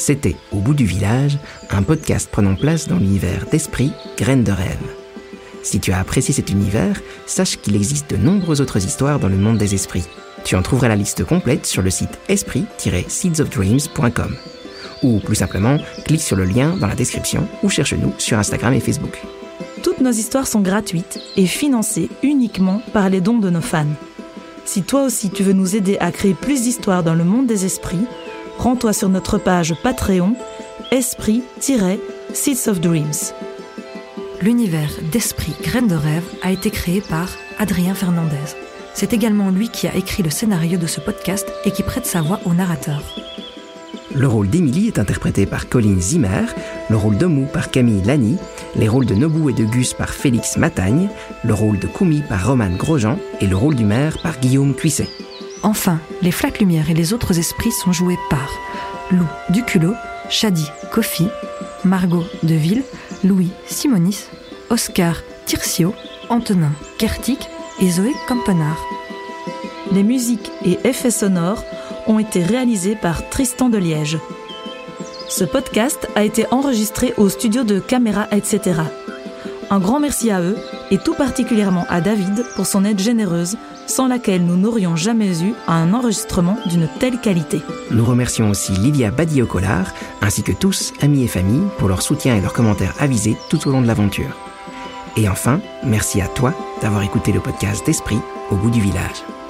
C'était Au bout du village, un podcast prenant place dans l'univers d'Esprit, Graines de rêve. Si tu as apprécié cet univers, sache qu'il existe de nombreuses autres histoires dans le monde des esprits. Tu en trouveras la liste complète sur le site esprit-seedsofdreams.com. Ou plus simplement, clique sur le lien dans la description ou cherche-nous sur Instagram et Facebook. Toutes nos histoires sont gratuites et financées uniquement par les dons de nos fans. Si toi aussi tu veux nous aider à créer plus d'histoires dans le monde des esprits, rends-toi sur notre page Patreon, Esprit-Seeds of Dreams. L'univers d'Esprit Graines de rêve a été créé par Adrien Fernandez. C'est également lui qui a écrit le scénario de ce podcast et qui prête sa voix au narrateur. Le rôle d'Émilie est interprété par Colline Zimmer, le rôle de Mou par Camille Lani, les rôles de Nobu et de Gus par Félix Matagne, le rôle de Koumi par Romane Grosjean et le rôle du maire par Guillaume Cuisset. Enfin, les Flaques Lumières et les autres esprits sont joués par Lou Duculot, Shadi Kofi, Margot Deville, Louis Simonis, Oscar Tircio, Antonin Kertik et Zoé Campenard. Les musiques et effets sonores ont été réalisés par Tristan de Liège. Ce podcast a été enregistré au studio de Caméra etc. Un grand merci à eux et tout particulièrement à David pour son aide généreuse, sans laquelle nous n'aurions jamais eu un enregistrement d'une telle qualité. Nous remercions aussi Lilia Badillo-Collard, ainsi que tous, amis et familles, pour leur soutien et leurs commentaires avisés tout au long de l'aventure. Et enfin, merci à toi d'avoir écouté le podcast d'Esprit au bout du village.